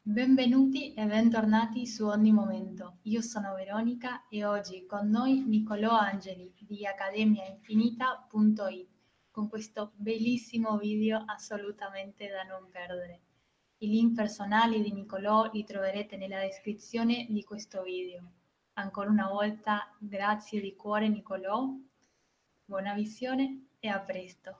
Benvenuti e bentornati su Ogni Momento. Io sono Veronica e oggi con noi Niccolò Angeli di accademiainfinita.it con questo bellissimo video assolutamente da non perdere. I link personali di Niccolò li troverete nella descrizione di questo video. Ancora una volta, grazie di cuore Niccolò, buona visione e a presto.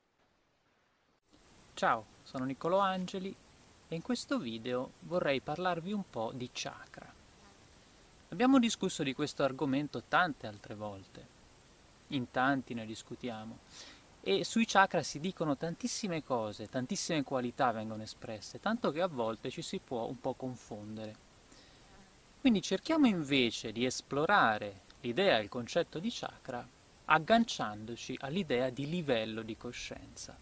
Ciao, sono Niccolò Angeli e in questo video vorrei parlarvi un po' di chakra. Abbiamo discusso di questo argomento tante altre volte, in tanti ne discutiamo, e sui chakra si dicono tantissime cose, tantissime qualità vengono espresse, tanto che a volte ci si può un po' confondere. Quindi cerchiamo invece di esplorare l'idea e il concetto di chakra agganciandoci all'idea di livello di coscienza.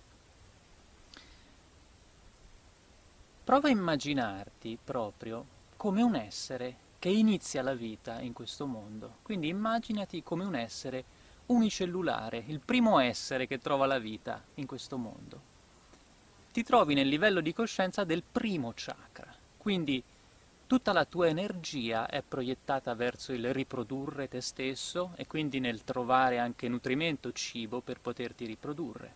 Prova a immaginarti proprio come un essere che inizia la vita in questo mondo. Quindi immaginati come un essere unicellulare, il primo essere che trova la vita in questo mondo. Ti trovi nel livello di coscienza del primo chakra, quindi tutta la tua energia è proiettata verso il riprodurre te stesso e quindi nel trovare anche nutrimento, cibo per poterti riprodurre.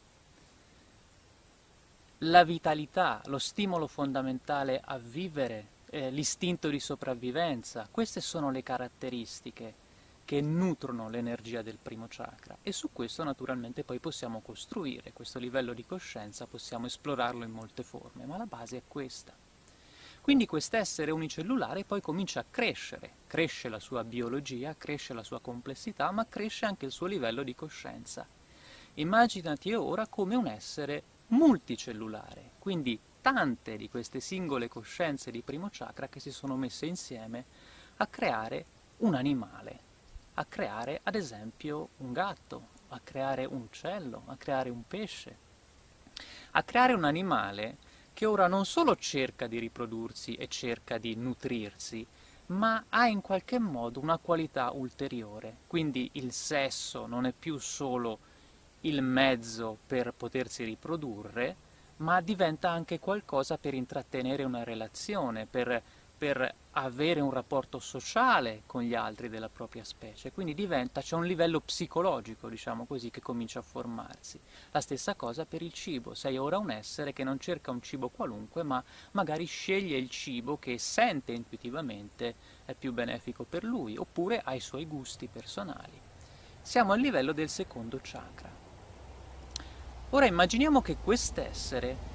La vitalità, lo stimolo fondamentale a vivere, l'istinto di sopravvivenza, queste sono le caratteristiche che nutrono l'energia del primo chakra e su questo naturalmente poi possiamo costruire questo livello di coscienza, possiamo esplorarlo in molte forme, ma la base è questa. Quindi quest'essere unicellulare poi comincia a crescere, cresce la sua biologia, cresce la sua complessità, ma cresce anche il suo livello di coscienza. Immaginati ora come un essere multicellulare, quindi tante di queste singole coscienze di primo chakra che si sono messe insieme a creare un animale, a creare ad esempio un gatto, a creare un uccello, a creare un pesce, a creare un animale che ora non solo cerca di riprodursi e cerca di nutrirsi, ma ha in qualche modo una qualità ulteriore. Quindi il sesso non è più solo il mezzo per potersi riprodurre, ma diventa anche qualcosa per intrattenere una relazione, per avere un rapporto sociale con gli altri della propria specie. Quindi c'è un livello psicologico, diciamo così, che comincia a formarsi. La stessa cosa per il cibo. Sei ora un essere che non cerca un cibo qualunque, ma magari sceglie il cibo che sente intuitivamente è più benefico per lui, oppure ha i suoi gusti personali. Siamo al livello del secondo chakra. Ora immaginiamo che quest'essere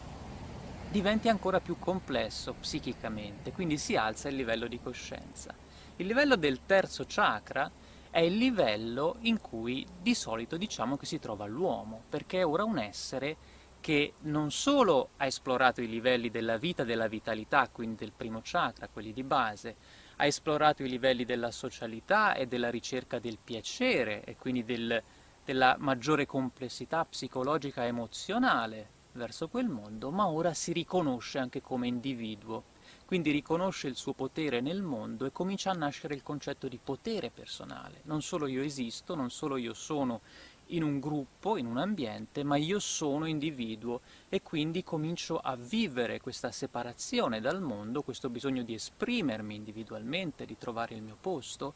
diventi ancora più complesso psichicamente, quindi si alza il livello di coscienza. Il livello del terzo chakra è il livello in cui di solito diciamo che si trova l'uomo, perché è ora un essere che non solo ha esplorato i livelli della vita, della vitalità, quindi del primo chakra, quelli di base, ha esplorato i livelli della socialità e della ricerca del piacere e quindi della maggiore complessità psicologica e emozionale verso quel mondo, ma ora si riconosce anche come individuo, quindi riconosce il suo potere nel mondo e comincia a nascere il concetto di potere personale. Non solo io esisto, non solo io sono in un gruppo, in un ambiente, ma io sono individuo e quindi comincio a vivere questa separazione dal mondo, questo bisogno di esprimermi individualmente, di trovare il mio posto,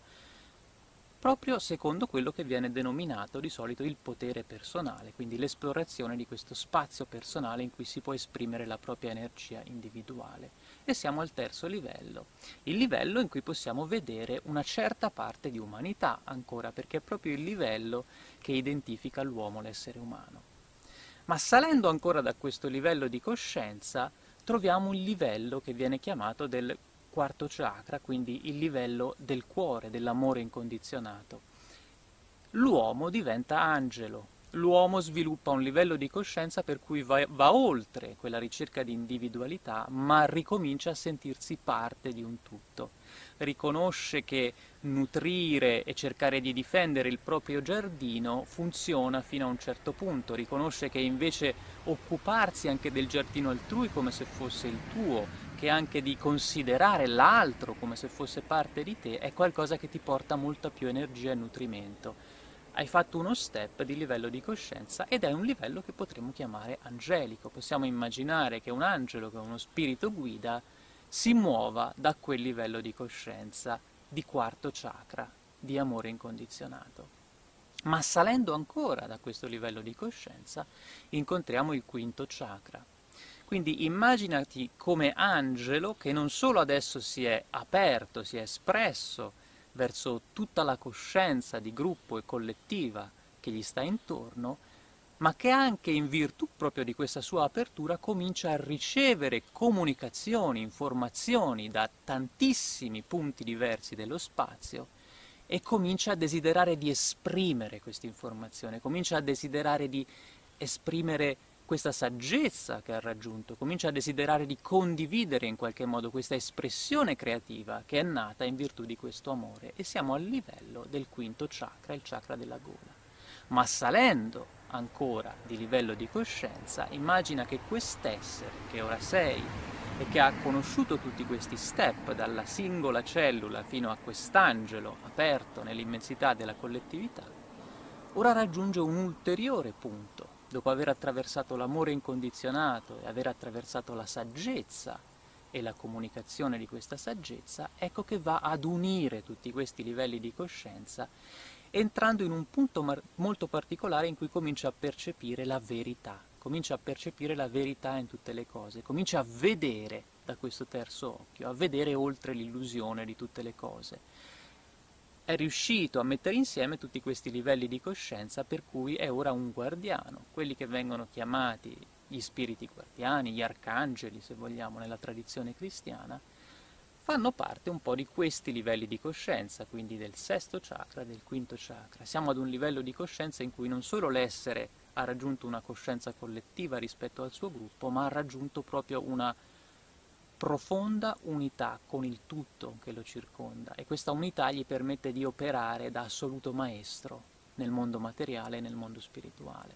proprio secondo quello che viene denominato di solito il potere personale, quindi l'esplorazione di questo spazio personale in cui si può esprimere la propria energia individuale. E siamo al terzo livello, il livello in cui possiamo vedere una certa parte di umanità ancora, perché è proprio il livello che identifica l'uomo, l'essere umano. Ma salendo ancora da questo livello di coscienza, troviamo un livello che viene chiamato del quarto chakra, quindi il livello del cuore, dell'amore incondizionato. L'uomo diventa angelo, l'uomo sviluppa un livello di coscienza per cui va oltre quella ricerca di individualità, ma ricomincia a sentirsi parte di un tutto. Riconosce che nutrire e cercare di difendere il proprio giardino funziona fino a un certo punto, riconosce che invece occuparsi anche del giardino altrui come se fosse il tuo, che anche di considerare l'altro come se fosse parte di te, è qualcosa che ti porta molta più energia e nutrimento. Hai fatto uno step di livello di coscienza ed è un livello che potremmo chiamare angelico. Possiamo immaginare che un angelo, che è uno spirito guida, si muova da quel livello di coscienza di quarto chakra, di amore incondizionato. Ma salendo ancora da questo livello di coscienza, incontriamo il quinto chakra. Quindi immaginati come angelo che non solo adesso si è aperto, si è espresso verso tutta la coscienza di gruppo e collettiva che gli sta intorno, ma che anche in virtù proprio di questa sua apertura comincia a ricevere comunicazioni, informazioni da tantissimi punti diversi dello spazio e comincia a desiderare di esprimere questa informazione, comincia a desiderare di esprimere questa saggezza che ha raggiunto, comincia a desiderare di condividere in qualche modo questa espressione creativa che è nata in virtù di questo amore, e siamo al livello del quinto chakra, il chakra della gola. Ma salendo ancora di livello di coscienza, immagina che quest'essere che ora sei e che ha conosciuto tutti questi step dalla singola cellula fino a quest'angelo aperto nell'immensità della collettività, ora raggiunge un ulteriore punto. Dopo aver attraversato l'amore incondizionato e aver attraversato la saggezza e la comunicazione di questa saggezza, ecco che va ad unire tutti questi livelli di coscienza, entrando in un punto molto particolare in cui comincia a percepire la verità, comincia a percepire la verità in tutte le cose, comincia a vedere da questo terzo occhio, a vedere oltre l'illusione di tutte le cose. È riuscito a mettere insieme tutti questi livelli di coscienza, per cui è ora un guardiano, quelli che vengono chiamati gli spiriti guardiani, gli arcangeli, se vogliamo, nella tradizione cristiana, fanno parte un po' di questi livelli di coscienza, quindi del sesto chakra, del quinto chakra. Siamo ad un livello di coscienza in cui non solo l'essere ha raggiunto una coscienza collettiva rispetto al suo gruppo, ma ha raggiunto proprio una profonda unità con il tutto che lo circonda, e questa unità gli permette di operare da assoluto maestro nel mondo materiale e nel mondo spirituale.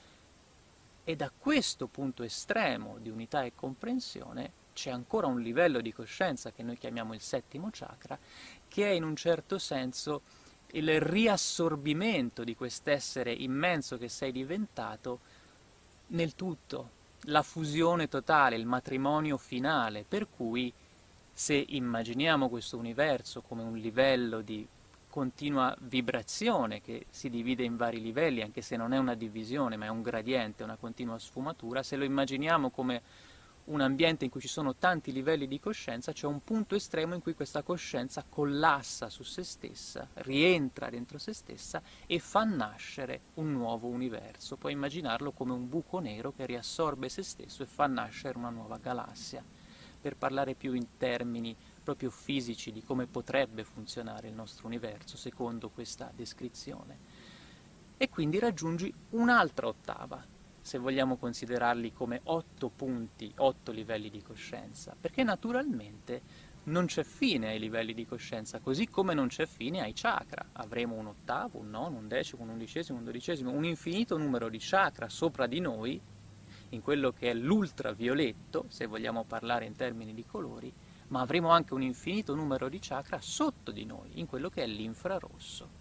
E da questo punto estremo di unità e comprensione c'è ancora un livello di coscienza che noi chiamiamo il settimo chakra, che è in un certo senso il riassorbimento di quest'essere immenso che sei diventato nel tutto, la fusione totale, il matrimonio finale, per cui se immaginiamo questo universo come un livello di continua vibrazione che si divide in vari livelli, anche se non è una divisione ma è un gradiente, una continua sfumatura, se lo immaginiamo come un ambiente in cui ci sono tanti livelli di coscienza, c'è un punto estremo in cui questa coscienza collassa su se stessa, rientra dentro se stessa e fa nascere un nuovo universo. Puoi immaginarlo come un buco nero che riassorbe se stesso e fa nascere una nuova galassia, per parlare più in termini proprio fisici di come potrebbe funzionare il nostro universo secondo questa descrizione. E quindi raggiungi un'altra ottava, se vogliamo considerarli come 8 punti, 8 livelli di coscienza, perché naturalmente non c'è fine ai livelli di coscienza, così come non c'è fine ai chakra. Avremo un ottavo, un nono, un decimo, un undicesimo, un dodicesimo, un infinito numero di chakra sopra di noi, in quello che è l'ultravioletto, se vogliamo parlare in termini di colori, ma avremo anche un infinito numero di chakra sotto di noi, in quello che è l'infrarosso.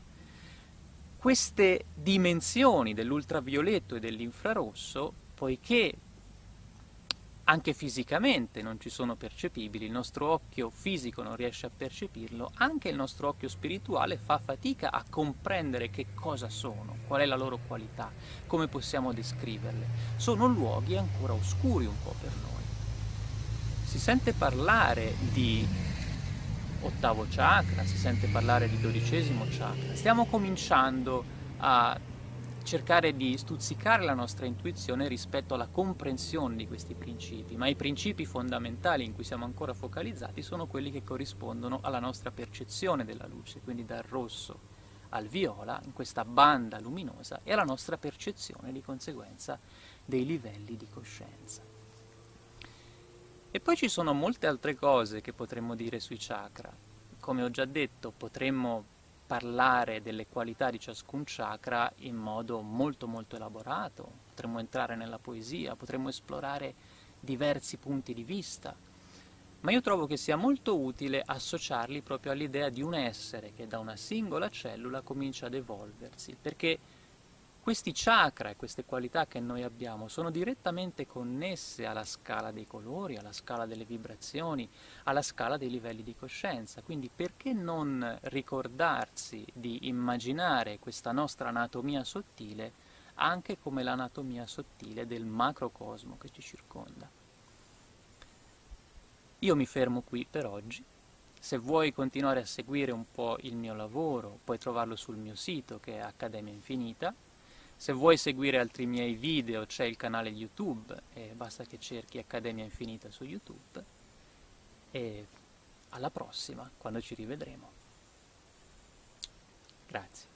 Queste dimensioni dell'ultravioletto e dell'infrarosso, poiché anche fisicamente non ci sono percepibili, il nostro occhio fisico non riesce a percepirlo, anche il nostro occhio spirituale fa fatica a comprendere che cosa sono, qual è la loro qualità, come possiamo descriverle. Sono luoghi ancora oscuri un po' per noi. Si sente parlare di ottavo chakra, si sente parlare di dodicesimo chakra. Stiamo cominciando a cercare di stuzzicare la nostra intuizione rispetto alla comprensione di questi principi, ma i principi fondamentali in cui siamo ancora focalizzati sono quelli che corrispondono alla nostra percezione della luce, quindi dal rosso al viola, in questa banda luminosa, e alla nostra percezione di conseguenza dei livelli di coscienza. E poi ci sono molte altre cose che potremmo dire sui chakra. Come ho già detto, potremmo parlare delle qualità di ciascun chakra in modo molto molto elaborato, potremmo entrare nella poesia, potremmo esplorare diversi punti di vista, ma io trovo che sia molto utile associarli proprio all'idea di un essere che da una singola cellula comincia ad evolversi, perché Questi chakra e queste qualità che noi abbiamo sono direttamente connesse alla scala dei colori, alla scala delle vibrazioni, alla scala dei livelli di coscienza. Quindi perché non ricordarsi di immaginare questa nostra anatomia sottile anche come l'anatomia sottile del macrocosmo che ci circonda? Io mi fermo qui per oggi. Se vuoi continuare a seguire un po' il mio lavoro, puoi trovarlo sul mio sito che è Accademia Infinita. Se vuoi seguire altri miei video c'è il canale YouTube e basta che cerchi Accademia Infinita su YouTube. E alla prossima, quando ci rivedremo. Grazie.